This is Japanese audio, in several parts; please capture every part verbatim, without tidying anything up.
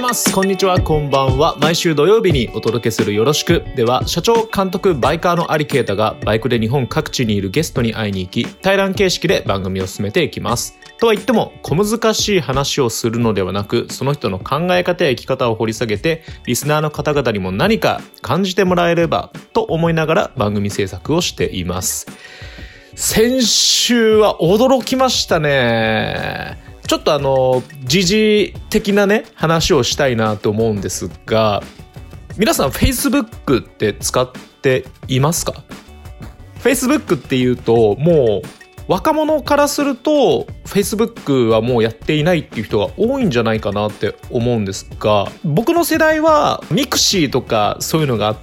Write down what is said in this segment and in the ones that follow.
ます。こんにちは、こんばんは。毎週土曜日にお届けするよろしくでは、社長監督バイカーのアリケータがバイクで日本各地にいるゲストに会いに行き、対談形式で番組を進めていきます。とは言っても小難しい話をするのではなく、その人の考え方や生き方を掘り下げて、リスナーの方々にも何か感じてもらえればと思いながら番組制作をしています。先週は驚きましたね。ちょっとあの時事的なね話をしたいなと思うんですが、皆さん Facebook って使っていますか？ Facebook っていうともう若者からすると Facebook はもうやっていないっていう人が多いんじゃないかなって思うんですが、僕の世代はミクシーとかそういうのがあって、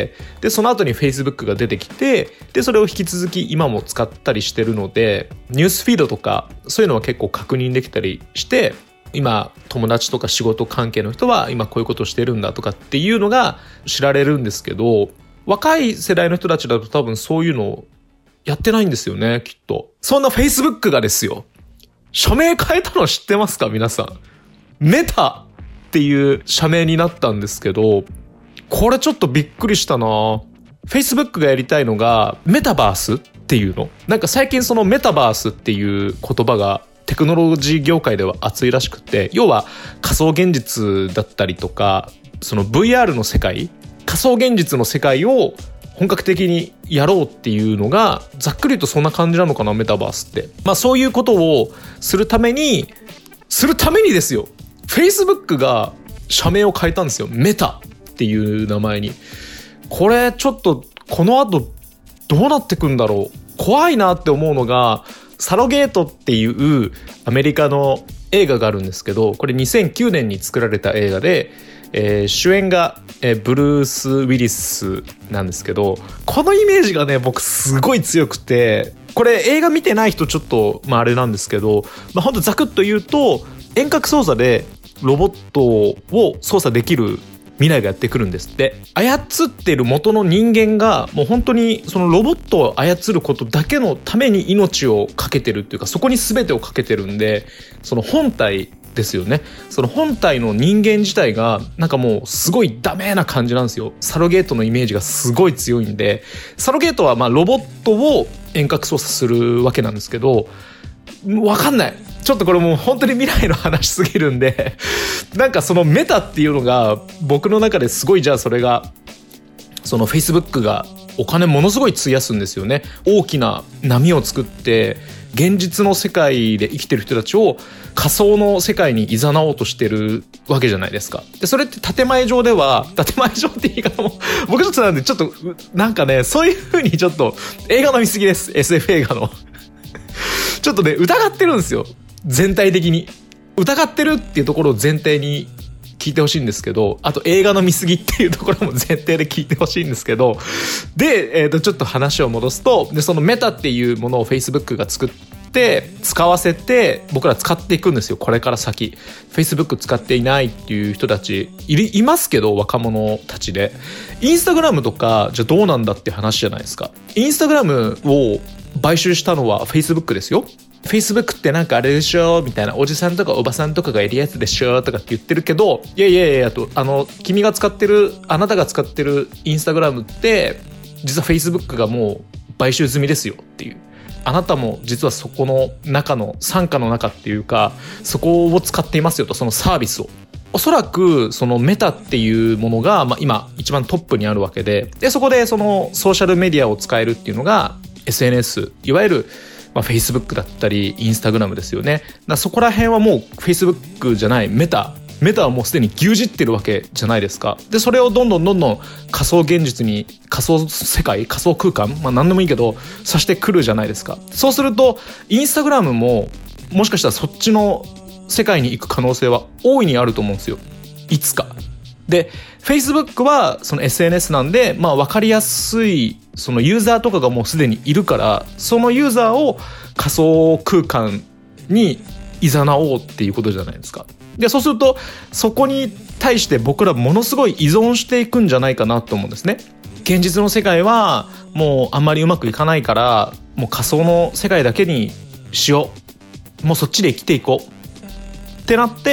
でその後に Facebook が出てきて、でそれを引き続き今も使ったりしてるので、ニュースフィードとかそういうのは結構確認できたりして、今友達とか仕事関係の人は今こういうことしてるんだとかっていうのが知られるんですけど、若い世代の人たちだと多分そういうのをやってないんですよね、きっと。そんな Facebook がですよ、社名変えたの知ってますか皆さん。メタっていう社名になったんですけど、これちょっとびっくりしたな。Facebook がやりたいのがメタバースっていうの。なんか最近そのメタバースっていう言葉がテクノロジー業界では熱いらしくて、要は仮想現実だったりとか、その ブイアール の世界、仮想現実の世界を本格的にやろうっていうのが、ざっくり言うとそんな感じなのかな、メタバースって。まあそういうことをするために、するためにですよ、Facebook が社名を変えたんですよ。メタっていう名前に。これちょっとこの後どうなってくんだろう。怖いなって思うのが、サロゲートっていうアメリカの映画があるんですけど、これにせんきゅうねんに作られた映画で、えー、主演が、えー、ブルース・ウィリスなんですけど、このイメージがね僕すごい強くて、これ映画見てない人ちょっとまああれなんですけど、まあほんとざくっと言うと、遠隔操作でロボットを操作できる未来がやってくるんですって。操ってる元の人間がもう本当にそのロボットを操ることだけのために命をかけてるっていうか、そこに全てをかけてるんで、その本体ですよね。その本体の人間自体がなんかもうすごいダメな感じなんですよ。サロゲートのイメージがすごい強いんで、サロゲートはまあロボットを遠隔操作するわけなんですけど、わかんない。ちょっとこれもう本当に未来の話すぎるんでなんかそのメタっていうのが僕の中ですごい、じゃあそれがその Facebook がお金ものすごい費やすんですよね。大きな波を作って現実の世界で生きてる人たちを仮想の世界に誘おうとしてるわけじゃないですか。でそれって建前上では、建前上って言い方も僕ちょっとなんでちょっとなんかね、そういう風にちょっと映画の見過ぎです。 エスエフ 映画のちょっとね疑ってるんですよ。全体的に疑ってるっていうところを前提に聞いてほしいんですけど、あと映画の見過ぎっていうところも前提で聞いてほしいんですけど、で、えーとちょっと話を戻すと、でそのメタっていうものを Facebook が作って使わせて僕ら使っていくんですよ。これから先 Facebook 使っていないっていう人たち い, いますけど、若者たちでインスタグラムとかじゃどうなんだって話じゃないですか。インスタグラムを買収したのは Facebook ですよ。Facebook ってなんかあれでしょみたいな、おじさんとかおばさんとかがいるやつでしょとかって言ってるけど、いやいやいやと、あの君が使ってる、あなたが使ってるインスタグラムって実は Facebook がもう買収済みですよっていう、あなたも実はそこの中の傘下の中っていうか、そこを使っていますよと、そのサービスを。おそらくそのメタっていうものが、まあ、今一番トップにあるわけで、でそこでそのソーシャルメディアを使えるっていうのが エスエヌエス、 いわゆるまあ、Facebook だったり Instagram ですよね。だそこら辺はもう Facebook じゃないメタメタはもうすでに牛耳ってるわけじゃないですか。でそれをどんどんどんどん仮想現実に、仮想世界、仮想空間、まあ何でもいいけどさしてくるじゃないですか。そうすると Instagram ももしかしたらそっちの世界に行く可能性は大いにあると思うんですよ、いつか。で Facebook はその エスエヌエス なんで、まあ分かりやすいそのユーザーとかがもうすでにいるから、そのユーザーを仮想空間に誘おうっていうことじゃないですか。でそうするとそこに対して僕らものすごい依存していくんじゃないかなと思うんですね。現実の世界はもうあんまりうまくいかないから、もう仮想の世界だけにしよう、もうそっちで生きていこうってなって、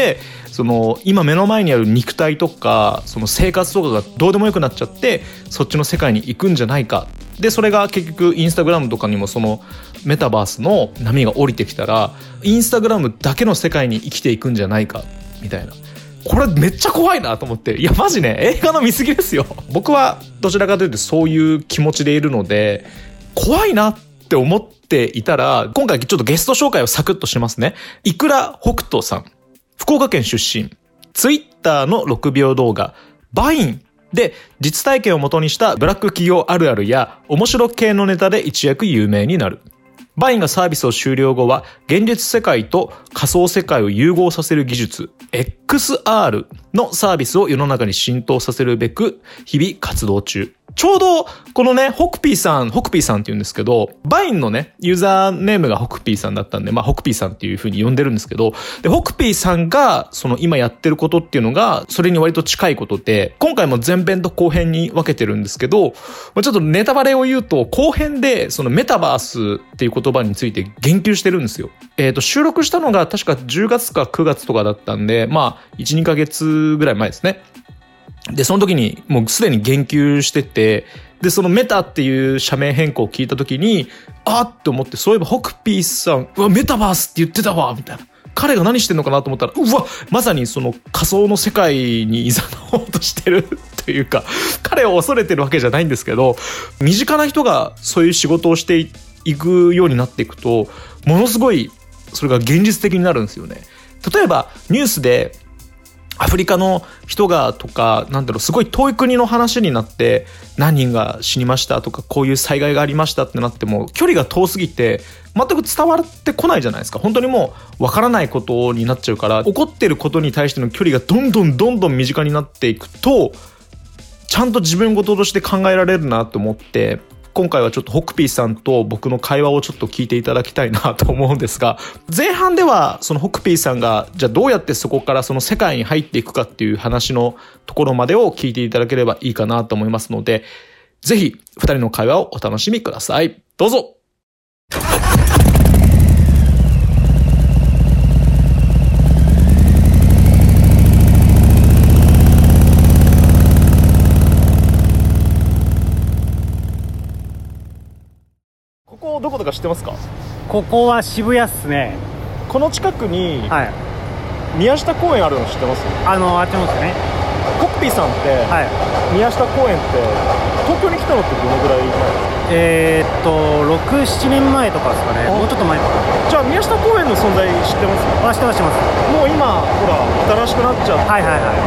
その今目の前にある肉体とかその生活とかがどうでもよくなっちゃってそっちの世界に行くんじゃないか。でそれが結局インスタグラムとかにもそのメタバースの波が降りてきたらインスタグラムだけの世界に生きていくんじゃないかみたいな。これめっちゃ怖いなと思って、いやマジね映画の見過ぎですよ。僕はどちらかというとそういう気持ちでいるので怖いなって思っていたら、今回ちょっとゲスト紹介をサクッとしますね。いくら北斗さん、福岡県出身、ツイッターのろくびょう動画バインで実体験を元にしたブラック企業あるあるや面白系のネタで一躍有名になる。バインがサービスを終了後は現実世界と仮想世界を融合させる技術 エックスアール のサービスを世の中に浸透させるべく日々活動中。ちょうどこのねホクピーさんホクピーさんって言うんですけど、バインのねユーザーネームがホクピーさんだったんで、まあホクピーさんっていう風に呼んでるんですけど、でホクピーさんがその今やってることっていうのがそれに割と近いことで、今回も前編と後編に分けてるんですけど、まあ、ちょっとネタバレを言うと後編でそのメタバースっていう言葉について言及してるんですよ。えっと収録したのが確かじゅうがつかくがつとかだったんで、まあいち、にかげつぐらい前ですね。でその時にもうすでに言及してて、でそのメタっていう社名変更を聞いた時にあーって思って、そういえばホクピーさんうわメタバースって言ってたわみたいな、彼が何してんのかなと思ったら、うわまさにその仮想の世界にいざなおうとしてるというか、彼を恐れてるわけじゃないんですけど、身近な人がそういう仕事をしていくようになっていくとものすごいそれが現実的になるんですよね。例えばニュースでアフリカの人がとか、なんだろう、すごい遠い国の話になって何人が死にましたとかこういう災害がありましたってなっても距離が遠すぎて全く伝わってこないじゃないですか。本当にもう分からないことになっちゃうから、起こってることに対しての距離がどんどんどんどん身近になっていくとちゃんと自分事として考えられるなと思って、今回はちょっとホクピーさんと僕の会話をちょっと聞いていただきたいなと思うんですが、前半ではそのホクピーさんがじゃあどうやってそこからその世界に入っていくかっていう話のところまでを聞いていただければいいかなと思いますので、ぜひふたりの会話をお楽しみください。どうぞ。ここどことか知ってますか？ ここは渋谷っすね。 この近くにはい宮下公園あるの知ってます？ あのあっちもですね。 コッピーさんって、 はい宮下公園って東京に来たのってどのぐらい前ですか？ えー、っとろく、ななねんまえとかですかね。もうちょっと前かな。 じゃあ宮下公園の存在知ってます？ あ、知ってます知ってます。 もう今ほら新しくなっちゃって、 はいはいはい。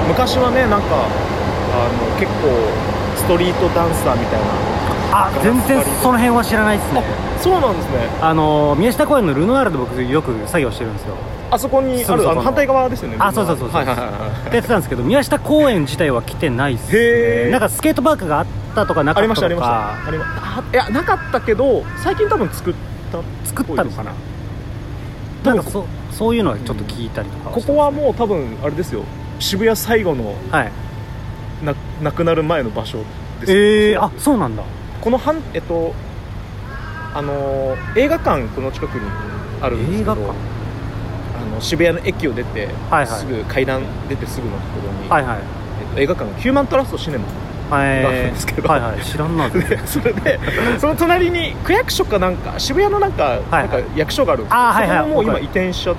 昔はねなんかあの結構ストリートダンサーみたいな。 あ、全然その辺は知らないですね。 そうなんですね。 あの宮下公園のルノワールで僕よく作業してるんですよ。 あそこにある、 そうそうそう、 あの反対側ですよね。 あ、そうそうそうそう、 はいはいはいはい、 やってたんですけど、宮下公園自体は来てないっすね。 へー。 なんかスケートパークがあったとかなかったとか。 ありましたありましたありまあいやなかったけど最近多分作ったっ作ったのかな。 な。 なんかそそういうのはちょっと聞いたりとか、 ここはもう多分あれですよ、渋谷最後の、 はい、 な亡くなる前の場所です。 えー、あ、そうなんだ。 このはんえっとあの映画館この近くにあるんですけど、 映画館、 あの渋谷の駅を出て、 はいはい、 すぐ階段出てすぐのところに、 はいはい、 えっと、映画館がヒューマントラストシネマがあるんですけど、 はいはい、知らんなでそれでその隣に区役所かなんか渋谷のなんか、はいはい、なんか役所があるんですけど、 あ、はいはい、 そこももう今移転しちゃって、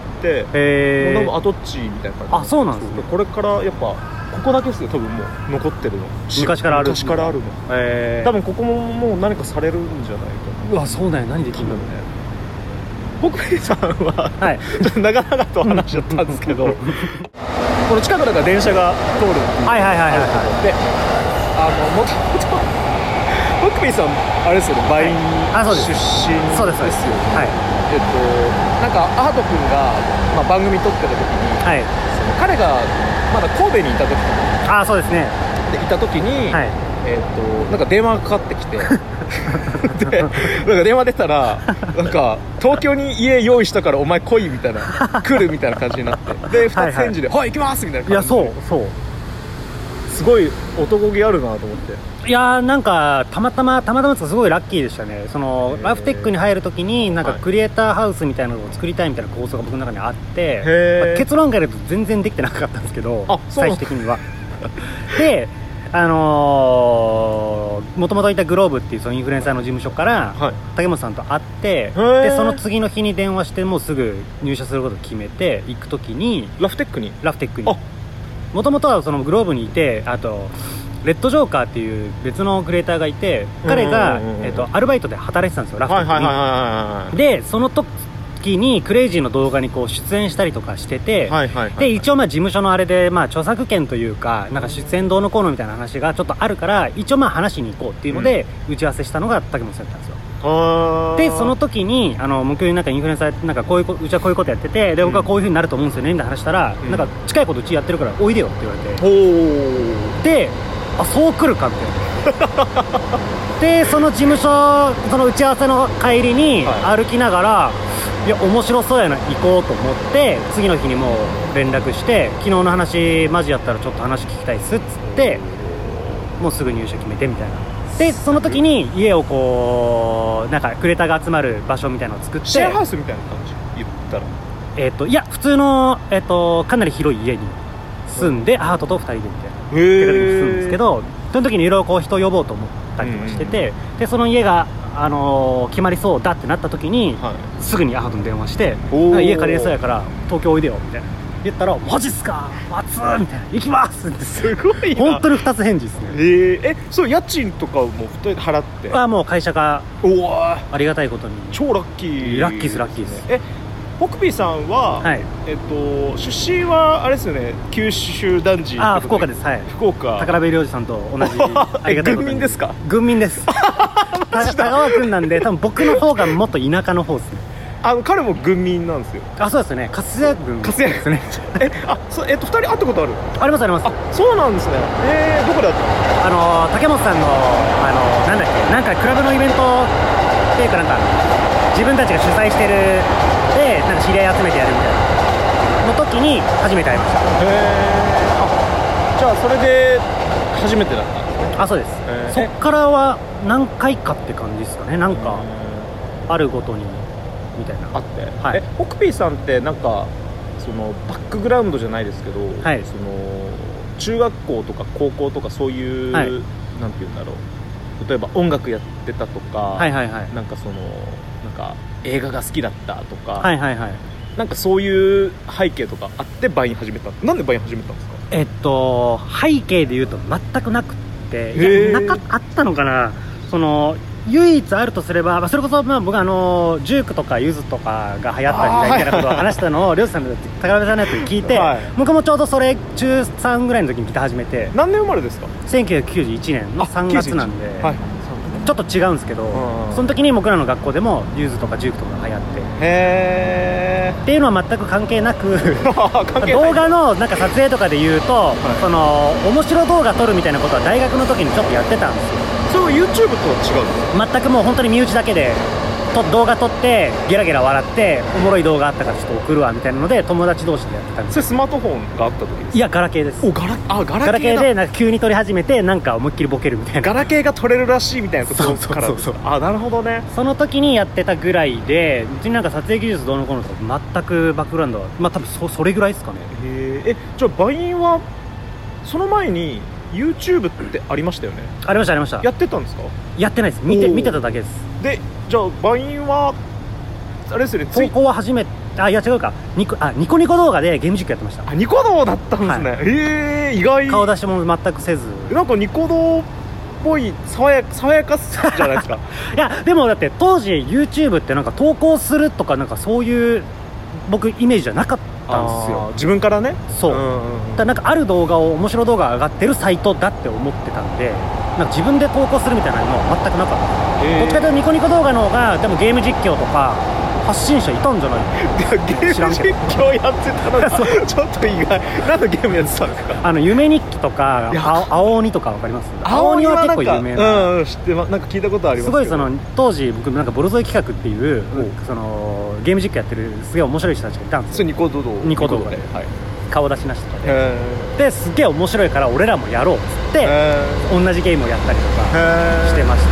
へー、 もう多分跡地みたいな感じ。 あ、そうなんですね。 これからやっぱここだけですよ多分もう残ってるの。 昔からある昔からあるの、 えー、 多分ここももう何かされるんじゃないかな。 うわ、そうだよ。何できるんだろうね。 僕さんは、 はい、 ちょっと長々と話しちゃったんですけどこの近くだから電車が通るっていう、 はいはいはいはい、はい、 で、あのもともとホクピーさんあれですよね、バイン出身ですよね。はい、えっとなんかアート君が、まあ、番組撮ってた時に、はい、その彼がまだ神戸にいた時に、 あ、そうですね、 でいた時に、はい、えっとなんか電話がかかってきてでなんか電話出たらなんか東京に家用意したからお前来いみたいな来るみたいな感じになって、でふたつ返事ではい、はい、行きますみたいな感じで、 いやそうそうすすごい男気あるなと思って。 いやーなんかたまたまたまたますごいラッキーでしたね。そのラフテックに入るときになんかクリエイターハウスみたいなのを作りたいみたいな構想が僕の中にあって、まあ、結論から言うと全然できてなかったんですけど、最終的にはであのー、もともといたグローブっていうそのインフルエンサーの事務所から、はい、竹本さんと会って、でその次の日に電話してもうすぐ入社することを決めて行くときにラフテックにラフテックにもともとはそのグローブにいて、あとレッドジョーカーっていう別のクリエイターがいて、彼が、えー、とアルバイトで働いてたんですよ、ラフテックに、はいはいはいはい、でその時にクレイジーの動画にこう出演したりとかしてて、はいはいはいはい、で一応まあ事務所のあれでまあ著作権というかなんか出演どうのこうのみたいな話がちょっとあるから、一応まあ話しに行こうっていうので打ち合わせしたのが竹本さんだったんですよ。でその時にあの僕になんかインフルエンサーなんかこういううちはこういうことやってて、で僕はこういう風になると思うんですよねみたいな話したら、うん、なんか近いことうちやってるからおいでよって言われて、であそう来るかみたいなでその事務所その打ち合わせの帰りに歩きながら、はい、いや面白そうやな行こうと思って、次の日にもう連絡して昨日の話マジやったらちょっと話聞きたいっすっつってもうすぐ入社決めてみたいな。でその時に家をこうなんかクレーターが集まる場所みたいなのを作って、 シェアハウスみたいな感じ言ったら、 えー、といや普通の、えー、とかなり広い家に住んで、うん、アートとふたりでみたいな手軽に住むんですけど、その時にいろいろこう人を呼ぼうと思ったりとかしてて、うん、でその家が、あのー、決まりそうだってなった時に、はい、すぐにアートに電話して家借りれそうやから東京おいでよみたいな言ったら、マジっすか熱っみたいな、行きますってすごいな、 本当にふたつ返事ですね。 えー、えそう家賃とかもふたりで払って、 あもう会社がありがたいことに超ラッキー、 ラッキーですラッキーです。 えホクピーさんは、はい、えっと、出身はあれですよね、九州男児。 あ福岡です、はい、 福岡宝部良二さんと同じありがたいことに軍民ですか？ 軍民です田川君なんで多分僕の方がもっと田舎の方ですね。 あの彼も軍民なんですよ。 あそうですね、春日軍春日ですねえあそえっとふたり会ったことある？ ありますあります。 あそうなんですね。えー、どこで会ったの？ あの竹本さんのあのなんだっけなんかクラブのイベントっていうかなんか自分たちが主催してるでなんか知り合い集めてやるみたいなの時に初めて会いました。 へえ。あじゃあそれで初めてだったんですね。 あそうです。そっからは何回かって感じですかね。なんかあるごとにみたいなあって、はい、えホクピーさんってなんかそのバックグラウンドじゃないですけど、はい、その中学校とか高校とかそういう、はい、なんていうんだろう、例えば音楽やってたとか、はいはいはい、なんかそのなんか映画が好きだったとか、はいはいはい、なんかそういう背景とかあってバイン始めた。なんでバイン始めたんですか？ えっと背景で言うと全くなくて、いやなかあったのかな。その唯一あるとすれば、それこそまあ僕はあのジュークとかユズとかが流行った時代みたいなことを話したのを漁師さんの高部さんのやつに聞いて、はい、僕もちょうどそれ中さんぐらいの時にギター始めて。 何年生まれですか？ せんきゅうひゃくきゅうじゅういちねんのさんがつなんで、はい、ちょっと違うんですけど、その時に僕らの学校でもユズとかジュークとかが流行って、へーっていうのは全く関係なく動画のなんか撮影とかで言うと、はい、その面白動画撮るみたいなことは大学の時にちょっとやってたんですよ。 それは YouTube とは違うんですか？ 全くもう本当に身内だけでと動画撮ってゲラゲラ笑っておもろい動画あったからちょっと送るわみたいなので友達同士でやってたんです。 それスマートフォンがあった時ですか？ いやガラケーです。 おガラあガラケーだ。 ガラケーでなんか急に撮り始めてなんか思いっきりボケるみたいな。 ガラケーが撮れるらしいみたいなところから。そうそうそうそう。あなるほどね。 その時にやってたぐらいで、うちになんか撮影技術どうのこうのとか全くバックグラウンドはまあ多分 そ, それぐらいですかね。 へえ。じゃあバインはその前にYouTube ってありましたよね？ ありましたありました。 やってたんですか？ やってないです。見て見てただけです。 でじゃあバインはあれですよね。 高校は初めあいや違うかニコあニコニコ動画でゲーム実況やってました。 あニコ動だったんですね。はい、えー、意外。 顔出しも全くせず。 なんかニコ動っぽい爽や爽やかじゃないですか。 いやでもだって当時 YouTube ってなんか投稿するとかなんかそういう僕イメージじゃなかったんですよ。 自分からね。 そう、うんうん、だなんかある動画を面白動画が上がってるサイトだって思ってたんで、なんか自分で投稿するみたいなのも全くなかった。どっちかというとニコニコ動画の方がでもゲーム実況とか発信者いたんじゃないゲーム実況やってたのがちょっと意外。何のゲームやってたんですか？あの夢日記とか青鬼とかわかります？青鬼は結構有名な、 うん、知ってまなんか聞いたことありますけど、 すごいその当時僕なんかボロゾイ企画っていうそのゲーム実況やってるすげえ面白い人たちがいたんですよ。 ニコ動ニコ動画で、はい、 顔出しなしとかでですっげえ面白いから俺らもやろうっつって同じゲームをやったりとかしてました。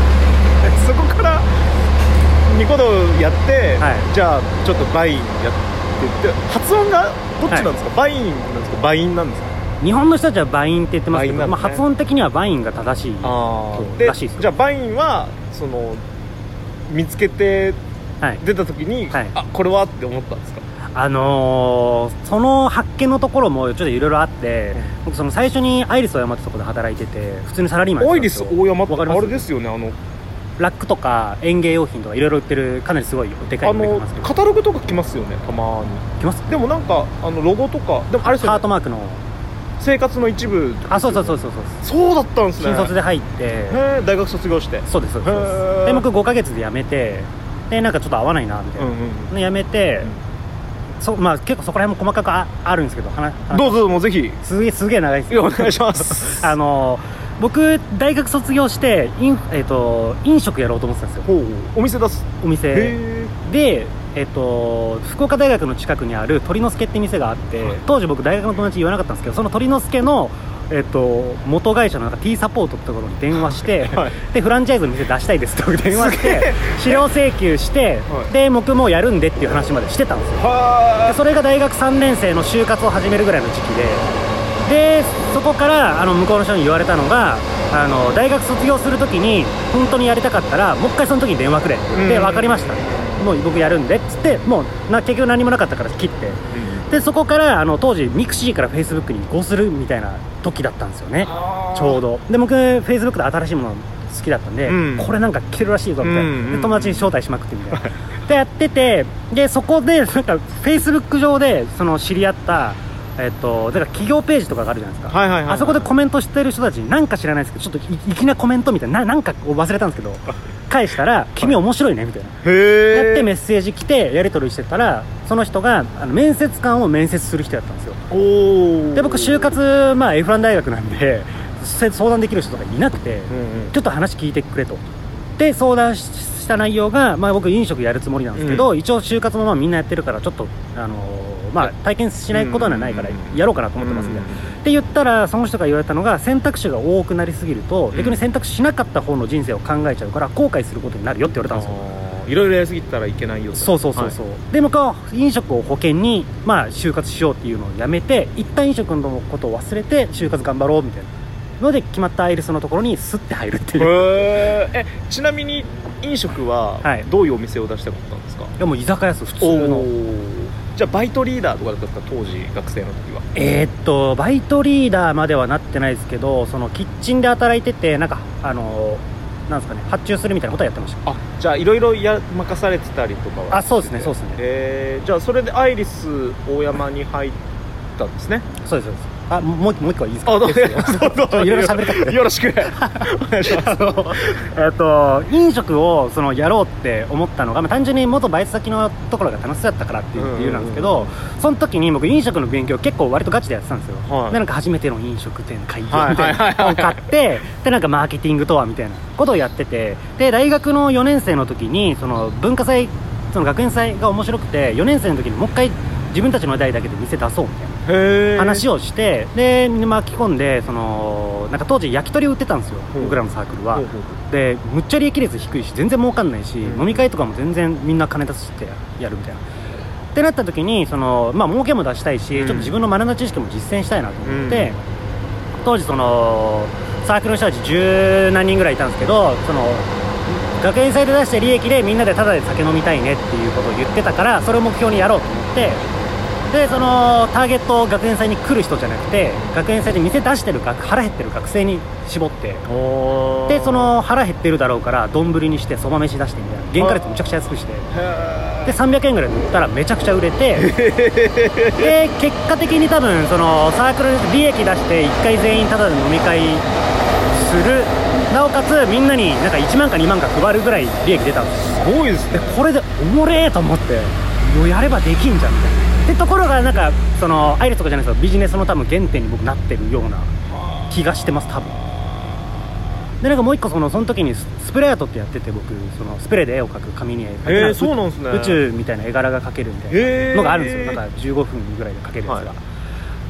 そこからニコ動やって、はい、じゃあちょっとバインやってって発音がどっちなんですか、はい、バインなんですかバインなんですか。 日本の人たちはバインって言ってますけど、ねまあ、発音的にはバインが正しいらしいですよ。 じゃあバインはその見つけて出た時に、はいはい、あこれはって思ったんですか。 あのー、その発見のところもちょっといろいろあって、うん、僕その最初にアイリスオーヤマってとこで働いてて普通にサラリーマンアイリスオーヤマってあれですよね、あのラックとか園芸用品とかいろいろ売ってるかなりすごいでかいのが来ますけど、 カタログとか来ますよねたまに来ます。 でもなんかあのロゴとかでもあれですよね、 ハートマークの生活の一部、ね、 あそうそうそうそうそうそうだったんですね。 新卒で入ってへ大学卒業してそうですそうですで僕ごかげつで辞めてでなんかちょっと合わないなみたいな、うんうん、で辞めて、うんそまあ、結構そこら辺も細かく あ, あるんですけどどうぞもうぜひすげえすげえ長いですよお願いしますあの僕大学卒業してイン、えー、と飲食やろうと思ってたんですよ。 ほうお店出すお店で、えー、と福岡大学の近くにある鳥之助って店があって、はい、当時僕大学の友達言わなかったんですけどその鳥之助のえっと、元会社のなんか T サポートってところに電話して、はい、でフランチャイズの店出したいですって電話して資料請求して、はい、で僕もやるんでっていう話までしてたんですよ。でそれが大学さんねん生の就活を始めるぐらいの時期ででそこからあの向こうの人に言われたのがあの大学卒業するときに本当にやりたかったらもう一回その時に電話くれって言って分かりましたもう僕やるんでっつってもうな結局何もなかったから切ってでそこからあの当時ミクシーからフェイスブックに移行するみたいな時だったんですよねちょうど。で僕フェイスブックで新しいもの好きだったんで、うん、これなんか着るらしいぞみたいな、うんうん、で友達に招待しまくってみたいなでやっててでそこでなんかフェイスブック上でその知り合ったえっと、だから企業ページとかがあるじゃないですか、 はいはいはいはい、 あそこでコメントしてる人たちに何か知らないですけどちょっと粋なコメントみたいななんか忘れたんですけど返したら君面白いねみたいなへやってメッセージ来てやり取りしてたらその人があの面接官を面接する人だったんですよ。 おで僕就活、まあ、エフラン大学なんで相談できる人とかいなくて、うんうん、ちょっと話聞いてくれとで相談した内容が、まあ、僕飲食やるつもりなんですけど、うん、一応就活もまあみんなやってるからちょっとあのまあ、体験しないことはないからやろうかなと思ってますんで、うんうんうん、って言ったらその人が言われたのが選択肢が多くなりすぎると逆に選択肢しなかった方の人生を考えちゃうから後悔することになるよって言われたんですよ。 いろいろやりすぎたらいけないよと。 そうそうそうそう、はい、で僕は飲食を保険に、まあ、就活しようっていうのをやめて一旦飲食のことを忘れて就活頑張ろうみたいなので決まったアイリスのところにスッて入るっていう。 へえちなみに飲食はどういうお店を出したかったんですか。はい、 いやもう居酒屋です普通の。 じゃあバイトリーダーとかだったんですか当時学生の時は。 えー、っとバイトリーダーまではなってないですけどそのキッチンで働いててなんかあのなんですかね発注するみたいなことはやってました。 あじゃあいろいろ任されてたりとかは。 あそうですねそうですね。 えー、じゃあそれでアイリスオーヤマに入ったんですね。 そうですそうです。あもうもう一個いいですか。 あどうぞいろいろ喋りたくてよろしくお願いします。 えっと飲食をそのやろうって思ったのが、まあ、単純に元バイト先のところが楽しそうだったからっていう理由なんですけど、その時に僕飲食の勉強結構割とガチでやってたんですよ。はい、でなんか初めての飲食店開業みたいなのを買ってでなんかマーケティングとはみたいなことをやっててで大学のよねん生の時にその文化祭その学園祭が面白くてよねん生の時にもう一回自分たちの代だけで店出そうみたいな話をしてで巻き込んでそのなんか当時焼き鳥売ってたんですよ、うん、僕らのサークルは、うん、でむっちゃ利益率低いし全然儲かんないし、うん、飲み会とかも全然みんな金出してやるみたいなってなった時にその、まあ、儲けも出したいし、うん、ちょっと自分の学んだ知識も実践したいなと思って、うん、当時そのサークルの人たち十何人ぐらいいたんですけどその学園祭で出した利益でみんなでタダで酒飲みたいねっていうことを言ってたからそれを目標にやろうと思ってでそのターゲットを学園祭に来る人じゃなくて学園祭で店出してる学腹減ってる学生に絞ってでその腹減ってるだろうから丼にしてそば飯出してみたいな原価率めちゃくちゃ安くしてでさんびゃくえんぐらいで売ったらめちゃくちゃ売れてで結果的に多分そのサークルで利益出していっかい全員タダで飲み会するなおかつみんなになんかいちまんかにまんか配るぐらい利益出たんですよ。 すごいですね。 でこれでおもれーと思ってもうやればできんじゃんみたいなってところがなんかそのアイリスとかじゃないですけどビジネスの多分原点に僕なってるような気がしてます多分。でなんかもう一個そのその時にスプレーアートってやってて僕そのスプレーで絵を描く紙に絵を描く、 えー、そうなんですね。 宇宙みたいな絵柄が描けるみたいなのがあるんですよ。なんかじゅうごふんぐらいで描けるやつが、はい、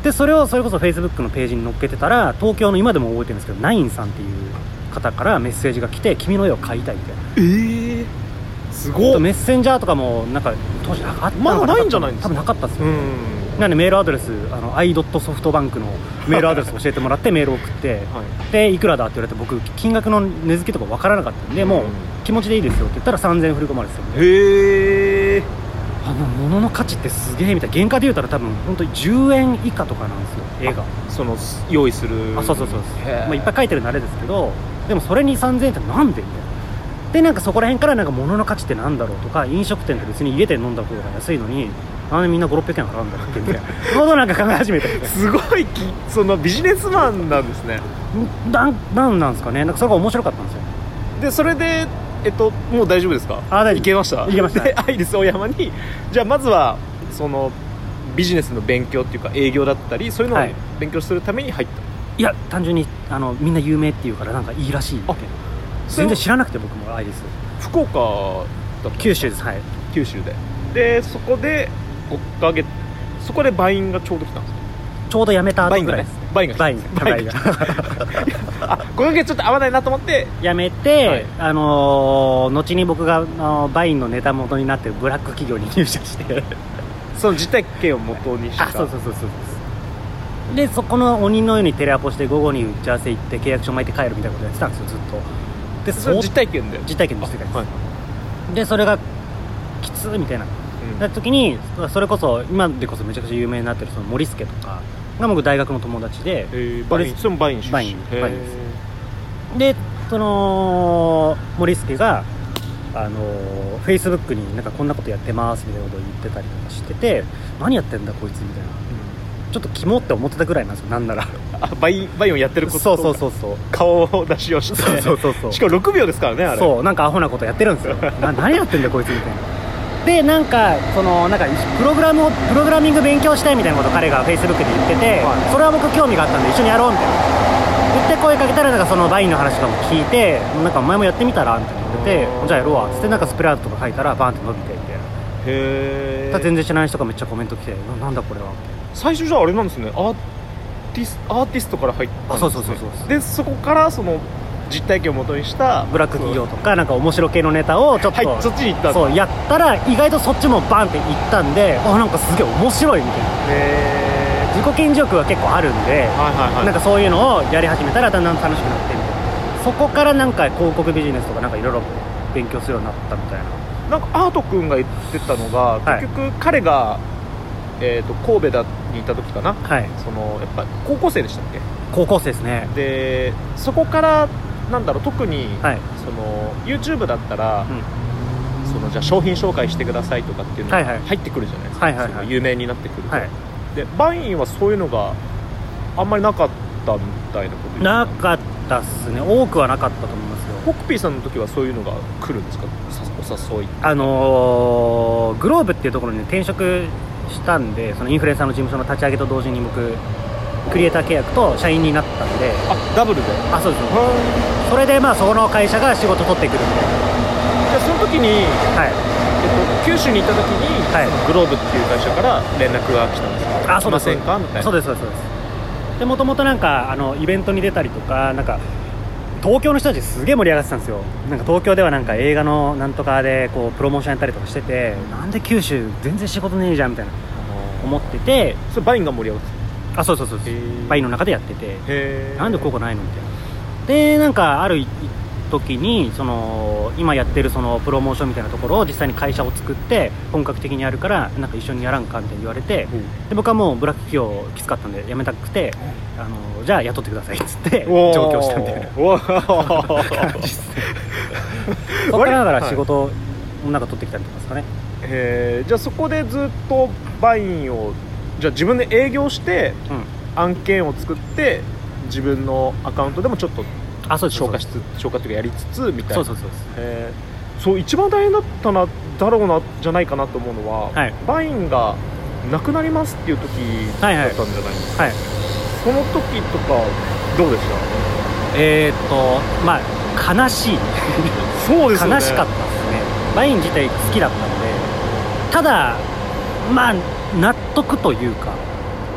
でそれをそれこそ Facebook のページに載っけてたら、東京の今でも覚えてるんですけどナインさんっていう方からメッセージが来て、君の絵を描いたいみたいな。 えー、すごい。 メッセンジャーとかもなんか当時あったのかな、 まだないんじゃないんですか。 多分なかったっすよ、 うん、 なんでメールアドレスあの アイ ソフトバンクのメールアドレス教えてもらってメールを送って、はい、でいくらだって言われて、僕金額の値付けとか分からなかったんで、もう気持ちでいいですよって言ったらさんぜんえん振り込まれてたんで、 へえ。 あの物の価値ってすげえみたいな。原価で言うたら多分本当にじゅうえん以下とかなんですよ、絵が。 その用意する。 あ、そうそうそうです、まあ、いっぱい描いてるのあれですけど、でもそれにさんぜんえんってなんでみたいな。でなんかそこら辺からなんか物の価値ってなんだろうとか、飲食店って別に家で飲んだ方が安いのになんでみんなご、ろっぴゃくえん払うんだろうってみたいなことをなんか考え始めてすごいきそのビジネスマンなんですね。 ななんなんですかね、なんかそれが面白かったんですよ。 でそれでえっともう大丈夫ですか。 あ、大丈夫。 いけました。 いけました。 でアイリスオーヤマにじゃあまずはそのビジネスの勉強っていうか営業だったりそういうのを勉強するために入った、はい、 いや単純にあのみんな有名っていうからなんかいいらしいって。全然知らなくて、僕もアイリス福岡だった。 九州です。はい、 九州ででそこでごかげつそこでバインがちょうど来たんですか。 ちょうど辞めた後ぐらいです。 バインがバインがバインがあ、ごかげつちょっと合わないなと思って辞めて、 はい、あのー、後に僕があのバインのネタ元になってるブラック企業に入社してその実体験を元にした。 あ、そうそうそうそうでそこの鬼のようにテレアポして午後に打ち合わせ行って契約書巻いて帰るみたいなことやってたんですよ、ずっと。でそれ実体験で実体験の世界です、はい、でそれがきつみたいな、うん、なった時にそれこそ今でこそめちゃくちゃ有名になってるその森助とかが僕大学の友達で、 えー、バインそれもバイン出身。 バインバインですでその森助があのフェイスブックになんかこんなことやってますみたいなことを言ってたりとかしてて、何やってんだこいつみたいな、うん、ちょっとキモって思ってたぐらいなんですよ、なんならあバインバインをやってることそうそうそうそう顔出しをしてそうそうそうそうしかもろくびょうですからね、あれ。 そうなんかアホなことやってるんですよな何やってんだこいつみたいな。でなんかそのなんかプログラムをプログラミング勉強したいみたいなことを彼がフェイスブックで言ってて、はい、それは僕興味があったんで一緒にやろうみたいな言って声かけたら、なんかそのバインの話とかも聞いて、なんかお前もやってみたらみたいな言ってて、じゃあやろうわっつってなんかスプラウトとか書いたらバーンって伸びてみたいな。 へー。 全然知らない人がめっちゃコメント来て、な, なんだこれは。 最初じゃああれなんですね、アーティスアーティストから入ったんですね。 あ、そうそうそうそう。 でそこからその実体験を元にしたブラック企業とかなんか面白系のネタをちょっと、 はい、そっちに行ったんです。 そうやったら意外とそっちもバンって行ったんで、あなんかすげえ面白いみたいな。 へー。 自己顕示欲が結構あるんで、はいはいはい、なんかそういうのをやり始めたらだんだん楽しくなってみたいな。そこからなんか広告ビジネスとかなんかいろいろ勉強するようになったみたいな。 なんかアートくんが言ってたのが、はい、結局彼が、えー、と神戸だにいた時かな、はい、そのやっぱ高校生でしたっけ。 高校生ですね。 でそこからなんだろう、特に、はい、その YouTube だったら、うん、そのじゃあ商品紹介してくださいとかっていうのが入ってくるじゃないですか、はいはい、その有名になってくると、はい、でバインはそういうのがあんまりなかったみたいなことなかったっすね。多くはなかったと思いますよ。 ホックピーさんの時はそういうのが来るんですか、お誘い。 あのー、グローブっていうところに、ね、転職したんで、そのインフルエンサーの事務所の立ち上げと同時に僕クリエイター契約と社員になったんで。 あ、ダブルで。 あ、そうです。それでまあそこの会社が仕事取ってくるんで、 じゃあその時に、はいえっと、九州に行った時に、はい、そのグローブっていう会社から連絡が来たんですか。 あ、そうです。 来ませんかみたいな。 そうですそうですそうです。でもともとなんかあのイベントに出たりとか、なんか東京の人たちすげえ盛り上がってたんですよ。なんか東京ではなんか映画のなんとかでこうプロモーションやったりとかしてて、なんで九州全然仕事ねえじゃんみたいな思ってて、 それバインが盛り上がってた。あ、そうそうそう。バインの中でやってて、へなんでここないのみたいな。でなんかある時にその今やってるそのプロモーションみたいなところを実際に会社を作って本格的にやるからなんか一緒にやらんかみたいに言われて、うん、で僕はもうブラック企業きつかったんで辞めたくて、あのじゃあ雇ってくださいっつって上京したみたいな感じですね。そこからだから仕事をなんか取ってきたりとかですかね。 へー。じゃあそこでずっとバインをじゃあ自分で営業して、うん、案件を作って自分のアカウントでもちょっとあそうです消化しつ消化というかやりつつみたいな。 そうそうそうです。 えー、そう一番大変だったなだろうなじゃないかなと思うのは、はい、バインがなくなりますっていう時だったんじゃないですか、はいはい、その時とかどうでした？ えー、っとまあ悲しいそうですよね。 悲しかったですね。バイン自体好きだったので、ただまあ納得というか、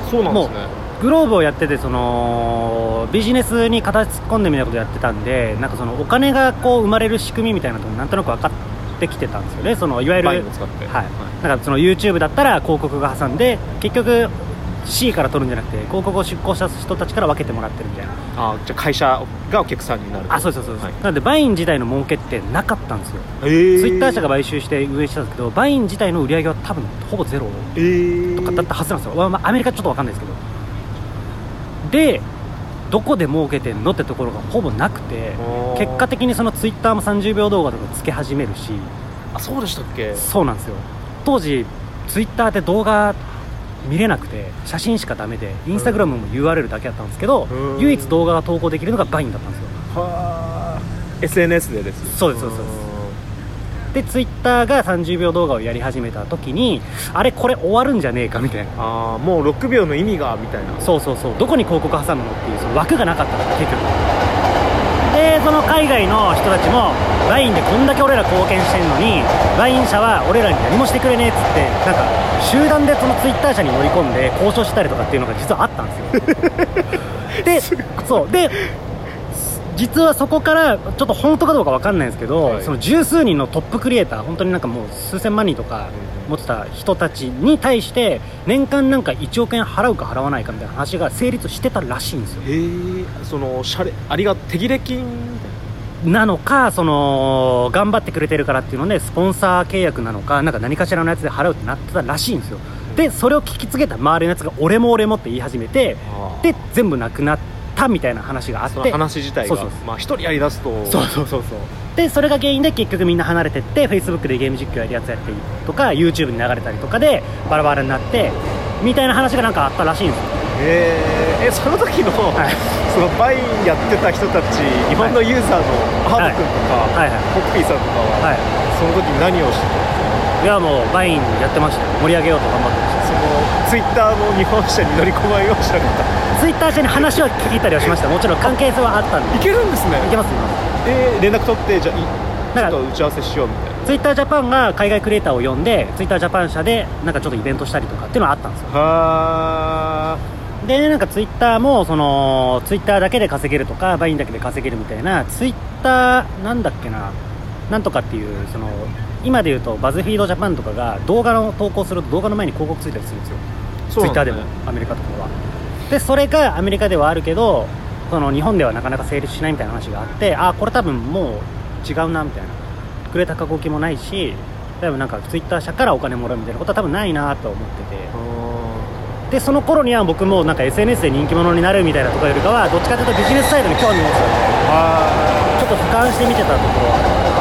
そうなんですね。 グローブをやっててそのビジネスに形突っ込んでみたいなことやってたんで、なんかそのお金がこう生まれる仕組みみたいなのもなんとなく分かってきてたんですよね。そのいわゆるバインを使って、 はいはい、なんかその YouTube だったら広告が挟んで結局 C から取るんじゃなくて広告を出稿した人たちから分けてもらってるみたいな。 あ、じゃあ会社がお客さんになる。 あ、そうそうそうそう、はい、なのでバイン自体の儲けってなかったんですよ。 ツイッター社が買収して運営してたんですけど、バイン自体の売り上げは多分ほぼゼロとかだったはずなんですよ。まあ、アメリカちょっと分かんないですけど、でどこで儲けてんのってところがほぼなくて、結果的にそのツイッターもさんじゅうびょう動画とかつけ始めるし。 あ、そうでしたっけ。 そうなんですよ。当時ツイッターで動画見れなくて写真しかダメで、インスタグラムも ユーアールエル だけだったんですけど、唯一動画が投稿できるのがバインだったんですよ。 はー、 エスエヌエス でです。 そうですそうですそうです。でツイッターがさんじゅうびょう動画をやり始めた時に、あれこれ終わるんじゃねえかみたいな。 ああ、もうろくびょうの意味がみたいな。 そうそうそう、どこに広告挟むのっていうその枠がなかったから結局。でその海外の人たちもバインでこんだけ俺ら貢献してんのにバイン社は俺らに何もしてくれねえっつって、なんか集団でそのツイッター社に乗り込んで交渉したりとかっていうのが実はあったんですよ。でそうで実はそこからちょっと本当かどうか分かんないんですけど、はい、その十数人のトップクリエイター、本当になんかもう数千万人とか持ってた人たちに対して年間なんかいちおくえん払うか払わないかみたいな話が成立してたらしいんですよ。 へえ、そのシャレありが手切れ金なのか、その頑張ってくれてるからっていうのでスポンサー契約なのか、なんか何かしらのやつで払うってなってたらしいんですよ。でそれを聞きつけた周りのやつが俺も俺もって言い始めて、で全部なくなってみたいな話があって、 その話自体がそうそうそう、まあ、一人やりだすとそうそうそうそうでそれが原因で結局みんな離れてって Facebook でゲーム実況やるやつやってとか YouTube に流れたりとかでバラバラになってみたいな話がなんかあったらしいんですよ。 へえ、その時の、はい、そのバインやってた人たち、日本のユーザーのアート君とか、はいはいはい、ホッピーさんとかは、はい、その時何をしてたんですか？ いやもうバインやってましたよ。盛り上げようと頑張ってました。 そのツイッターの日本社に乗り込まんようしなかったツイッター社に話は聞いたりはしました。もちろん関係性はあったんで。 いけるんですね。 いけますいけます。 えー、連絡取ってじゃあちょっと打ち合わせしようみたいな。 ツイッタージャパンが海外クリエイターを呼んでツイッタージャパン社でなんかちょっとイベントしたりとかっていうのはあったんですよ。 はー。でなんかツイッターもそのツイッターだけで稼げるとかバインだけで稼げるみたいな、ツイッターなんだっけな、なんとかっていうその今でいうとバズフィードジャパンとかが動画の投稿すると動画の前に広告ついたりするんですよ。ツイッターでもアメリカとかは。でそれがアメリカではあるけどその日本ではなかなか成立しないみたいな話があって、あこれ多分もう違うなみたいな、クレーター過去期もないし多分なんかツイッター社からお金もらうみたいなことは多分ないなと思ってて、でその頃には僕もなんか エスエヌエス で人気者になるみたいなところよりかはどっちかというとビジネスサイドに興味を持ってたので、ちょっと俯瞰して見てたところは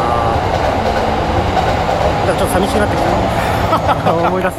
あった。だからちょっと寂しくなってきた思い出す。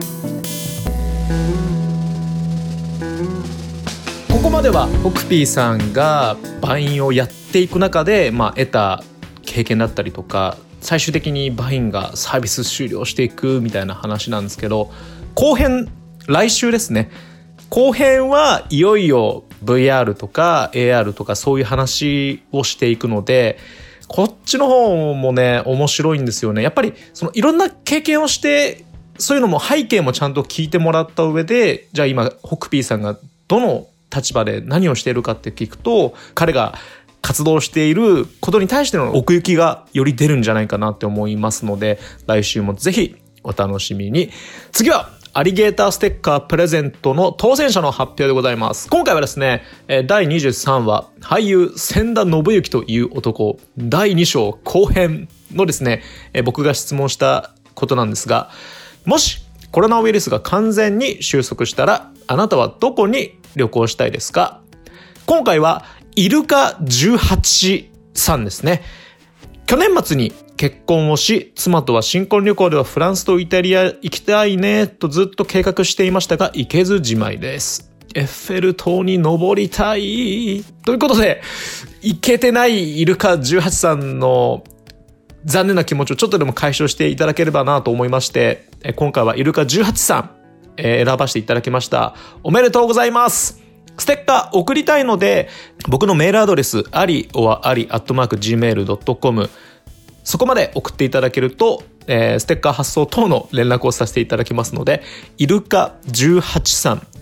ここまではホクピーさんがバインをやっていく中で、まあ、得た経験だったりとか、最終的にバインがサービス終了していくみたいな話なんですけど、後編来週ですね。後編はいよいよ ブイアール とか エーアール とかそういう話をしていくので、こっちの方もね面白いんですよね。やっぱりそのいろんな経験をしてそういうのも背景もちゃんと聞いてもらった上で、じゃあ今ホクピーさんがどの立場で何をしているかって聞くと、彼が活動していることに対しての奥行きがより出るんじゃないかなって思いますので、来週もぜひお楽しみに。次はアリゲーターステッカープレゼントの当選者の発表でございます。今回はですね、だいにじゅうさんわ俳優千田信之という男だいに章後編のですね、僕が質問したことなんですが、もしコロナウイルスが完全に収束したらあなたはどこに旅行したいですか？今回はイルカじゅうはちさんですね。去年末に結婚をし、妻とは新婚旅行ではフランスとイタリア行きたいねとずっと計画していましたが行けずじまいです。エッフェル塔に登りたいということで、行けてないイルカじゅうはちさんの残念な気持ちをちょっとでも解消していただければなと思いまして、今回はイルカじゅうはちさん、えー、選ばせていただきました。おめでとうございます。ステッカー送りたいので、僕のメールアドレスありおはありアットマーク ジーメールドットコム、 そこまで送っていただけると、えー、ステッカー発送等の連絡をさせていただきますので、イルカじゅうはちさん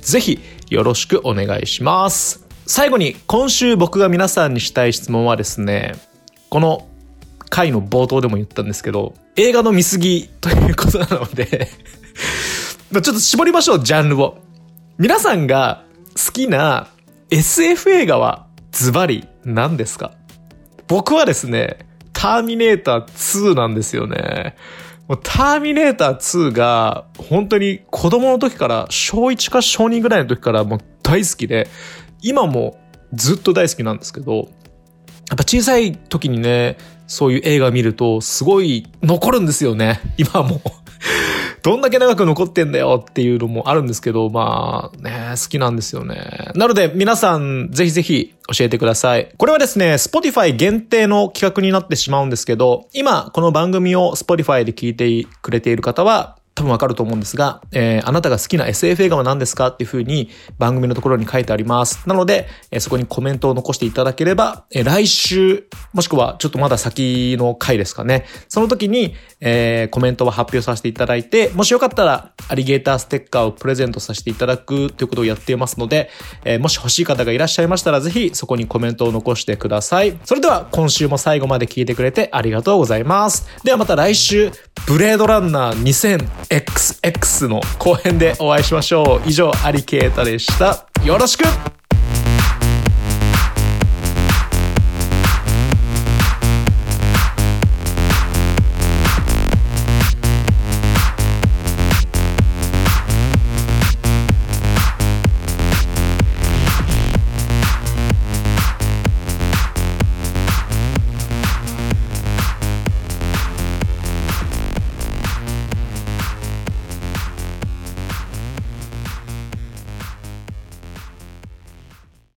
ぜひよろしくお願いします。最後に今週僕が皆さんにしたい質問はですね、この回の冒頭でも言ったんですけど、映画の見過ぎということなのでちょっと絞りましょう、ジャンルを。皆さんが好きな エスエフ 映画はズバリ何ですか？僕はですね、ターミネーターツーなんですよね。もうターミネーターツーが本当に子供の時から、小いちか小にぐらいの時からもう大好きで、今もずっと大好きなんですけど、やっぱ小さい時にね、そういう映画見るとすごい残るんですよね。今もどんだけ長く残ってんだよっていうのもあるんですけど、まあね、好きなんですよね。なので皆さんぜひぜひ教えてください。これはですね、Spotify 限定の企画になってしまうんですけど、今この番組を Spotify で聞いてくれている方は多分わかると思うんですが、えー、あなたが好きな エスエフ 映画は何ですかっていう風に番組のところに書いてあります。なので、えー、そこにコメントを残していただければ、えー、来週、もしくはちょっとまだ先の回ですかね。その時に、えー、コメントを発表させていただいて、もしよかったらアリゲーターステッカーをプレゼントさせていただくということをやっていますので、えー、もし欲しい方がいらっしゃいましたら、ぜひそこにコメントを残してください。それでは今週も最後まで聞いてくれてありがとうございます。ではまた来週、ブレードランナー にせんエックスエックス の後編でお会いしましょう。以上、アリケータでした。よろしく。